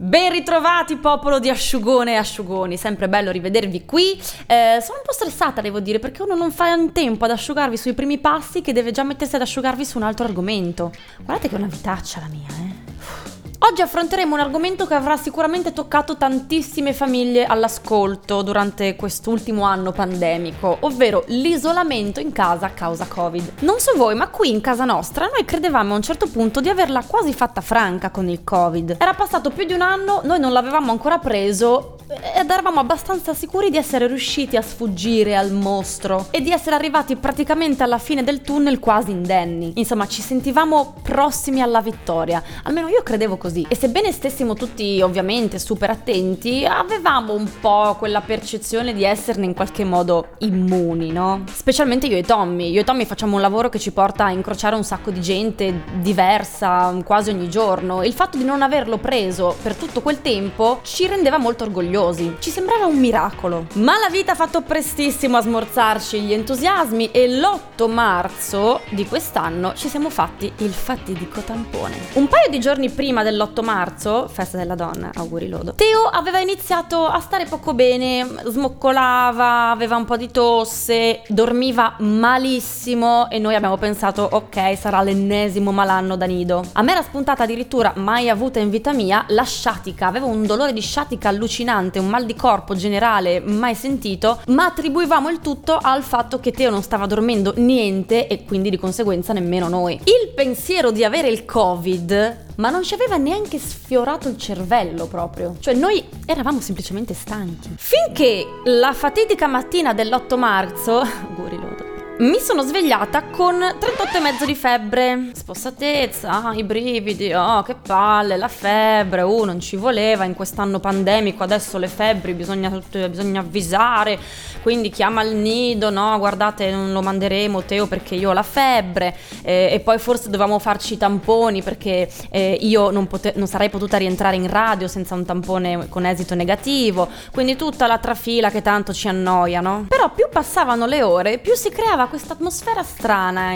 Ben ritrovati popolo di asciugone e asciugoni, sempre bello rivedervi qui. Sono un po' stressata, devo dire, perché uno non fa in tempo ad asciugarvi sui primi passi che deve già mettersi ad asciugarvi su un altro argomento. Guardate che è una vitaccia la mia, Oggi affronteremo un argomento che avrà sicuramente toccato tantissime famiglie all'ascolto durante quest'ultimo anno pandemico, ovvero l'isolamento in casa a causa Covid. Non so voi, ma qui in casa nostra noi credevamo a un certo punto di averla quasi fatta franca con il Covid. Era passato più di un anno, noi non l'avevamo ancora preso ed eravamo abbastanza sicuri di essere riusciti a sfuggire al mostro e di essere arrivati praticamente alla fine del tunnel quasi indenni. Insomma, ci sentivamo prossimi alla vittoria, almeno io credevo così. E sebbene stessimo tutti ovviamente super attenti, avevamo un po' quella percezione di esserne in qualche modo immuni, no? Specialmente io e Tommy. Io e Tommy facciamo un lavoro che ci porta a incrociare un sacco di gente diversa quasi ogni giorno. Il fatto di non averlo preso per tutto quel tempo ci rendeva molto orgogliosi. Ci sembrava un miracolo. Ma la vita ha fatto prestissimo a smorzarci gli entusiasmi e l'8 marzo di quest'anno ci siamo fatti il fatidico tampone. Un paio di giorni prima dell'8 marzo, festa della donna, auguri Lodo, Teo aveva iniziato a stare poco bene, smoccolava, aveva un po' di tosse, dormiva malissimo e noi abbiamo pensato ok, sarà l'ennesimo malanno da nido. A me era spuntata addirittura, mai avuta in vita mia, la sciatica. Avevo un dolore di sciatica allucinante, un mal di corpo generale mai sentito, ma attribuivamo il tutto al fatto che Teo non stava dormendo niente e quindi di conseguenza nemmeno noi. Il pensiero di avere il Covid ma non ci aveva neanche sfiorato il cervello proprio. Cioè noi eravamo semplicemente stanchi. Finché la fatidica mattina dell'8 marzo, auguri Lodo, mi sono svegliata con 38,5 di febbre, spossatezza, i brividi, oh che palle, la febbre, non ci voleva in quest'anno pandemico, adesso le febbri bisogna avvisare, quindi chiama il nido, no guardate non lo manderemo Teo perché io ho la febbre, e poi forse dovevamo farci i tamponi perché io non sarei potuta rientrare in radio senza un tampone con esito negativo, quindi tutta la trafila che tanto ci annoia, no? Però più passavano le ore, più si creava questa atmosfera strana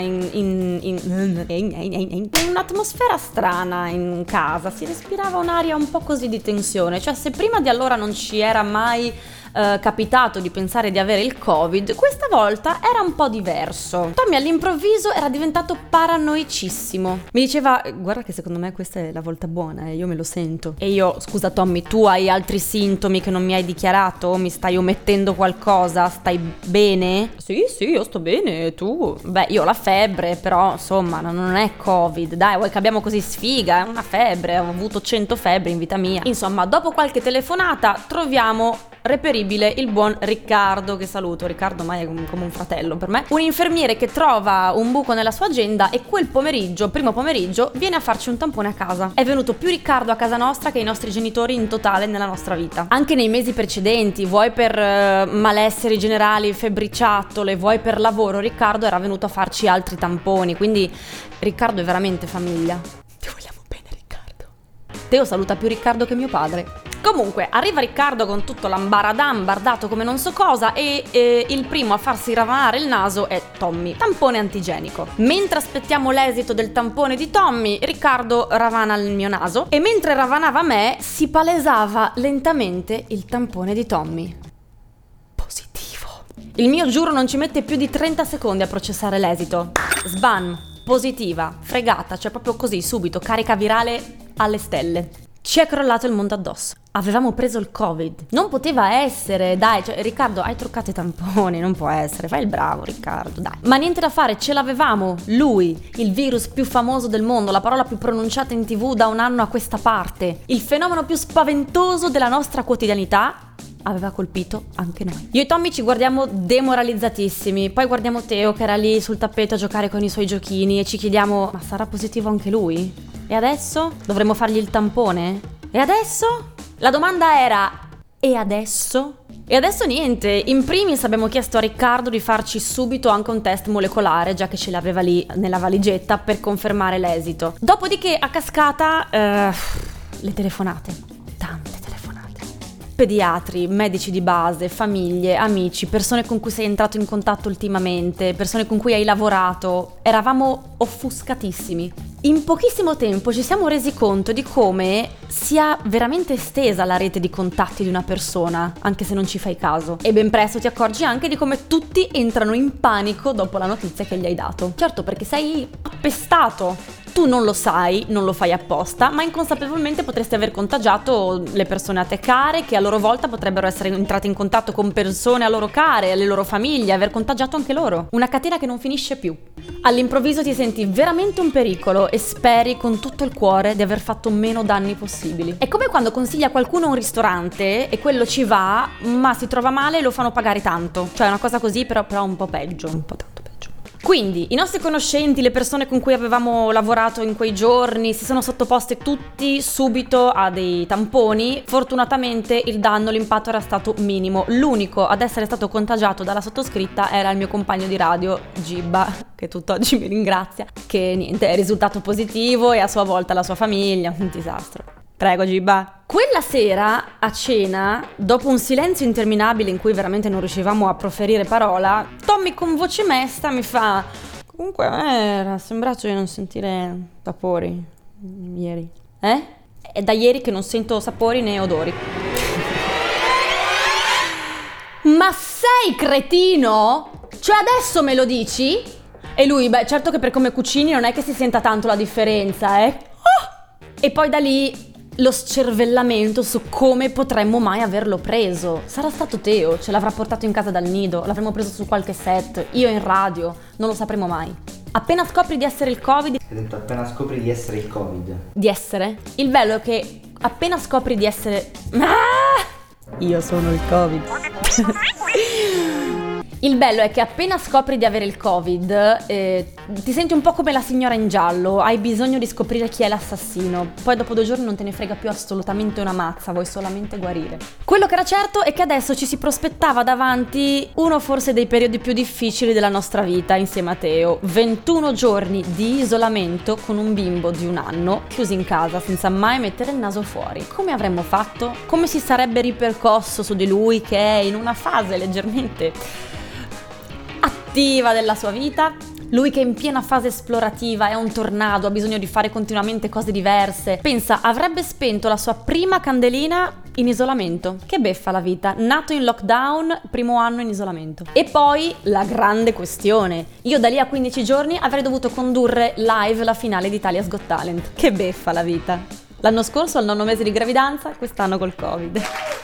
un'atmosfera strana in casa, si respirava un'aria un po' così di tensione, cioè se prima di allora non ci era mai capitato di pensare di avere il Covid, questa volta era un po' diverso. Tommy all'improvviso era diventato paranoicissimo. Mi diceva guarda che secondo me questa è la volta buona, io me lo sento. E io scusa Tommy, tu hai altri sintomi che non mi hai dichiarato? Mi stai omettendo qualcosa? Stai bene? Sì, io sto bene, tu? Beh, io ho la febbre, però insomma non è Covid, dai, vuoi che abbiamo così sfiga? È una febbre, ho avuto 100 febbri in vita mia. Insomma, dopo qualche telefonata troviamo reperibile il buon Riccardo, che saluto. Riccardo ormai è come un fratello per me, un infermiere che trova un buco nella sua agenda e quel pomeriggio, primo pomeriggio, viene a farci un tampone a casa. È venuto più Riccardo a casa nostra che i nostri genitori in totale nella nostra vita. Anche nei mesi precedenti, vuoi per malesseri generali, febbriciattole, vuoi per lavoro, Riccardo era venuto a farci altri tamponi, quindi Riccardo è veramente famiglia. Ti vogliamo bene Riccardo. Teo saluta più Riccardo che mio padre. Comunque, arriva Riccardo con tutto l'ambaradam bardato come non so cosa e il primo a farsi ravanare il naso è Tommy. Tampone antigenico. Mentre aspettiamo l'esito del tampone di Tommy, Riccardo ravana il mio naso e mentre ravanava me si palesava lentamente il tampone di Tommy. Positivo. Il mio giuro non ci mette più di 30 secondi a processare l'esito. Sbam, positiva, fregata, cioè proprio così, subito, carica virale alle stelle. Ci è crollato il mondo addosso. Avevamo preso il Covid. Non poteva essere, dai, cioè, Riccardo, hai truccato i tamponi, non può essere, fai il bravo Riccardo, dai. Ma niente da fare, ce l'avevamo, lui, il virus più famoso del mondo, la parola più pronunciata in TV da un anno a questa parte, il fenomeno più spaventoso della nostra quotidianità, aveva colpito anche noi. Io e Tommy ci guardiamo demoralizzatissimi, poi guardiamo Teo che era lì sul tappeto a giocare con i suoi giochini e ci chiediamo, ma sarà positivo anche lui? E adesso? Dovremmo fargli il tampone? E adesso? La domanda era, e adesso? E adesso niente, in primis abbiamo chiesto a Riccardo di farci subito anche un test molecolare, già che ce l'aveva lì nella valigetta per confermare l'esito. Dopodiché a cascata, le telefonate, tante telefonate. Pediatri, medici di base, famiglie, amici, persone con cui sei entrato in contatto ultimamente, persone con cui hai lavorato. Eravamo offuscatissimi. in pochissimo tempo ci siamo resi conto di come sia veramente estesa la rete di contatti di una persona, anche se non ci fai caso. E ben presto ti accorgi anche di come tutti entrano in panico dopo la notizia che gli hai dato. Certo, perché sei appestato. Tu non lo sai, non lo fai apposta, ma inconsapevolmente potresti aver contagiato le persone a te care, che a loro volta potrebbero essere entrate in contatto con persone a loro care, le loro famiglie, aver contagiato anche loro. Una catena che non finisce più. All'improvviso ti senti veramente un pericolo e speri con tutto il cuore di aver fatto meno danni possibili. È come quando consigli a qualcuno un ristorante e quello ci va, ma si trova male e lo fanno pagare tanto. Cioè una cosa così, però un po' peggio, un po' tanto peggio. Quindi i nostri conoscenti, le persone con cui avevamo lavorato in quei giorni, si sono sottoposte tutti subito a dei tamponi. Fortunatamente il danno, l'impatto era stato minimo. L'unico ad essere stato contagiato dalla sottoscritta era il mio compagno di radio, Gibba, che tutt'oggi mi ringrazia, che niente, è risultato positivo e a sua volta la sua famiglia, un disastro. Prego, Gibba. Quella sera, a cena, dopo un silenzio interminabile in cui veramente non riuscivamo a proferire parola, Tommy con voce mesta mi fa: comunque a me era sembrato di non sentire sapori ieri. È da ieri che non sento sapori né odori. Ma sei cretino? Cioè adesso me lo dici? E lui, beh, certo che per come cucini non è che si senta tanto la differenza, E poi da lì lo scervellamento su come potremmo mai averlo preso. Sarà stato Teo, ce l'avrà portato in casa dal nido, l'avremmo preso su qualche set, io in radio, non lo sapremo mai. Appena scopri di essere il Covid... Hai detto appena scopri di essere il Covid. Di essere? Il bello è che appena scopri di essere... Io sono il Covid. Il bello è che appena scopri di avere il Covid, ti senti un po' come la signora in giallo, hai bisogno di scoprire chi è l'assassino, poi dopo 2 giorni non te ne frega più assolutamente una mazza, vuoi solamente guarire. Quello che era certo è che adesso ci si prospettava davanti uno forse dei periodi più difficili della nostra vita insieme a Teo. 21 giorni di isolamento con un bimbo di 1 anno, chiusi in casa senza mai mettere il naso fuori. Come avremmo fatto? Come si sarebbe ripercosso su di lui che è in una fase leggermente attiva della sua vita? Lui che è in piena fase esplorativa, è un tornado, ha bisogno di fare continuamente cose diverse. Pensa, avrebbe spento la sua prima candelina in isolamento. Che beffa la vita, nato in lockdown, primo anno in isolamento. E poi la grande questione, io da lì a 15 giorni avrei dovuto condurre live la finale di Italia's Got Talent. Che beffa la vita. L'anno scorso al 9° mese di gravidanza, quest'anno col Covid.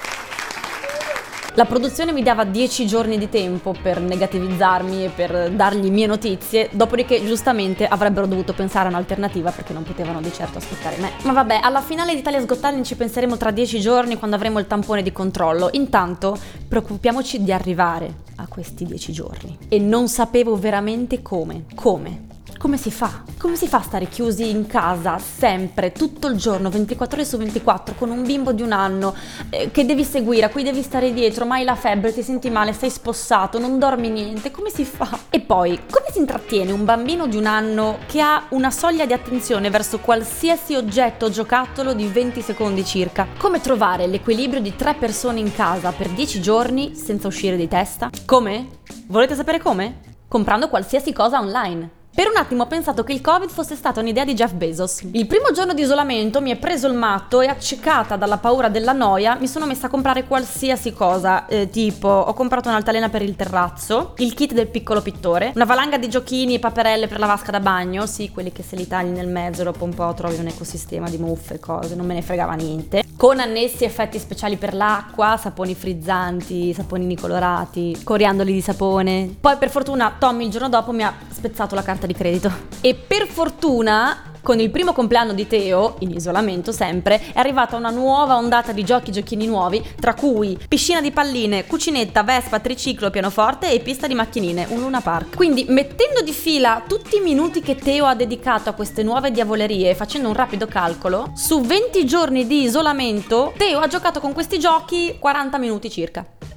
La produzione mi dava 10 giorni di tempo per negativizzarmi e per dargli mie notizie, dopodiché giustamente avrebbero dovuto pensare a un'alternativa perché non potevano di certo aspettare me. Ma vabbè, alla finale di Italia's Got Talent ci penseremo tra 10 giorni quando avremo il tampone di controllo. Intanto preoccupiamoci di arrivare a questi 10 giorni. E non sapevo veramente come. Come si fa? Come si fa a stare chiusi in casa sempre, tutto il giorno, 24 ore su 24, con un bimbo di 1 anno che devi seguire, a cui devi stare dietro, ma hai la febbre, ti senti male, sei spossato, non dormi niente, come si fa? E poi, come si intrattiene un bambino di 1 anno che ha una soglia di attenzione verso qualsiasi oggetto o giocattolo di 20 secondi circa? Come trovare l'equilibrio di 3 persone in casa per 10 giorni senza uscire di testa? Come? Volete sapere come? Comprando qualsiasi cosa online. Per un attimo ho pensato che il Covid fosse stata un'idea di Jeff Bezos. Il primo giorno di isolamento mi è preso il matto e, accecata dalla paura della noia, mi sono messa a comprare qualsiasi cosa, tipo ho comprato un'altalena per il terrazzo, il kit del piccolo pittore, una valanga di giochini e paperelle per la vasca da bagno, sì, quelli che se li tagli nel mezzo dopo un po' trovi un ecosistema di muffe e cose, non me ne fregava niente, con annessi effetti speciali per l'acqua, saponi frizzanti, saponini colorati, coriandoli di sapone. Poi per fortuna Tommy il giorno dopo mi ha spezzato la carta di credito e per fortuna con il primo compleanno di Teo, in isolamento sempre, è arrivata una nuova ondata di giochini nuovi, tra cui piscina di palline, cucinetta, vespa, triciclo, pianoforte e pista di macchinine, un Luna Park. Quindi mettendo di fila tutti i minuti che Teo ha dedicato a queste nuove diavolerie e facendo un rapido calcolo, su 20 giorni di isolamento Teo ha giocato con questi giochi 40 minuti circa.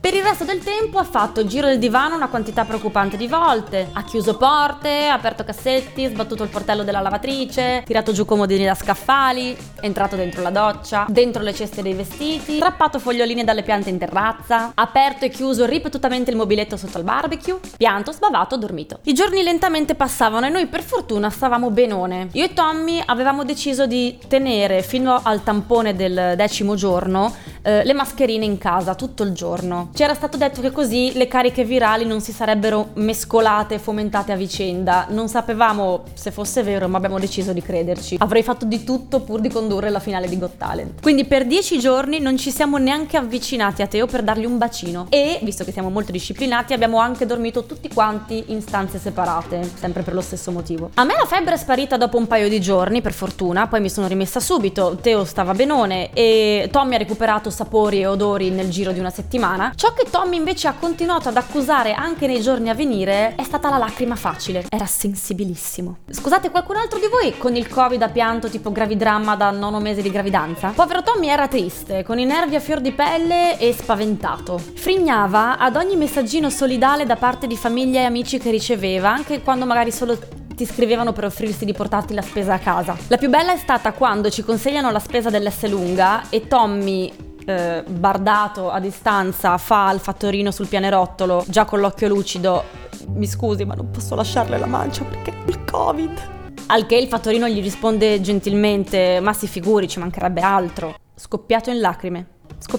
Per il resto del tempo ha fatto il giro del divano una quantità preoccupante di volte, ha chiuso porte, ha aperto cassetti, sbattuto il portello della lavatrice, tirato giù comodini da scaffali, è entrato dentro la doccia, dentro le ceste dei vestiti, strappato foglioline dalle piante in terrazza, aperto e chiuso ripetutamente il mobiletto sotto al barbecue, pianto, sbavato, dormito. I giorni lentamente passavano e noi per fortuna stavamo benone. Io e Tommy avevamo deciso di tenere fino al tampone del 10° giorno le mascherine in casa tutto il giorno. Ci era stato detto che così le cariche virali non si sarebbero mescolate e fomentate a vicenda. Non sapevamo se fosse vero, ma abbiamo deciso di crederci. Avrei fatto di tutto pur di condurre la finale di Got Talent. Quindi per 10 giorni non ci siamo neanche avvicinati a Teo per dargli un bacino e, visto che siamo molto disciplinati, abbiamo anche dormito tutti quanti in stanze separate, sempre per lo stesso motivo. A me la febbre è sparita dopo un paio di giorni, per fortuna, poi mi sono rimessa subito, Teo stava benone e Tommy ha recuperato sapori e odori nel giro di una settimana. Ciò che Tommy invece ha continuato ad accusare anche nei giorni a venire è stata la lacrima facile. Era sensibilissimo. Scusate, qualcun altro di voi con il Covid ha pianto tipo gravidramma da 9 mesi di gravidanza? Povero Tommy era triste, con i nervi a fior di pelle e spaventato. Frignava ad ogni messaggino solidale da parte di famiglia e amici che riceveva, anche quando magari solo ti scrivevano per offrirsi di portarti la spesa a casa. La più bella è stata quando ci consegnano la spesa dell'Esselunga e Tommy, bardato a distanza, fa il fattorino sul pianerottolo, già con l'occhio lucido: mi scusi, ma non posso lasciarle la mancia perché ho il Covid. Al che il fattorino gli risponde gentilmente: ma si figuri, ci mancherebbe altro. Scoppiato in lacrime,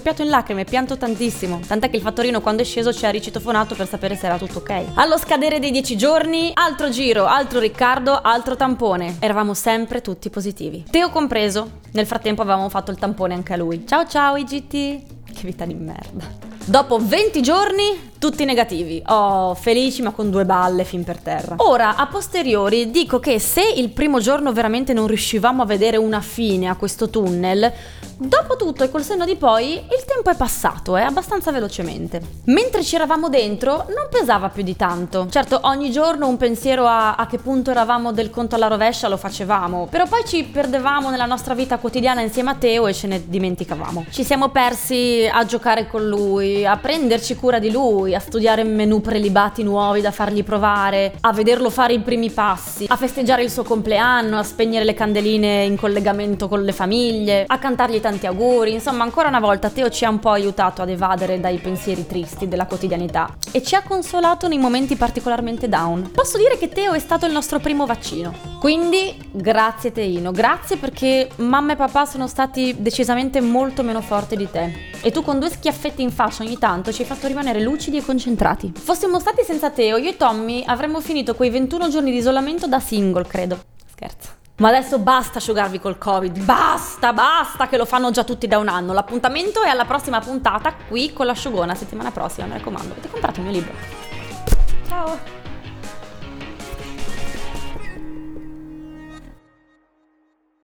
pianto tantissimo, tant'è che il fattorino quando è sceso ci ha ricitofonato per sapere se era tutto ok. Allo scadere dei 10 giorni, altro giro, altro Riccardo, altro tampone. Eravamo sempre tutti positivi, Teo compreso. Nel frattempo avevamo fatto il tampone anche a lui. Ciao IGT, che vita di merda. Dopo 20 giorni tutti negativi. Oh, felici ma con 2 balle fin per terra. Ora, a posteriori, dico che se il primo giorno veramente non riuscivamo a vedere una fine a questo tunnel, dopo tutto e col senno di poi il tempo è passato, abbastanza velocemente. Mentre ci eravamo dentro non pesava più di tanto. Certo, ogni giorno un pensiero a che punto eravamo del conto alla rovescia lo facevamo, però poi ci perdevamo nella nostra vita quotidiana insieme a Teo e ce ne dimenticavamo. Ci siamo persi a giocare con lui, a prenderci cura di lui, a studiare menù prelibati nuovi da fargli provare, a vederlo fare i primi passi, a festeggiare il suo compleanno, a spegnere le candeline in collegamento con le famiglie, a cantargli tanti auguri. Insomma, ancora una volta Teo ci ha un po' aiutato ad evadere dai pensieri tristi della quotidianità e ci ha consolato nei momenti particolarmente down. Posso dire che Teo è stato il nostro primo vaccino, quindi grazie Teino, grazie perché mamma e papà sono stati decisamente molto meno forti di te e tu con 2 schiaffetti in faccia ogni tanto ci hai fatto rimanere lucidi e concentrati. Fossimo stati senza Teo, io e Tommy avremmo finito quei 21 giorni di isolamento da single, credo. Scherzo. Ma adesso basta asciugarvi col Covid, basta che lo fanno già tutti da un anno. L'appuntamento è alla prossima puntata qui con l'asciugona, settimana prossima, mi raccomando. Avete comprato il mio libro? Ciao!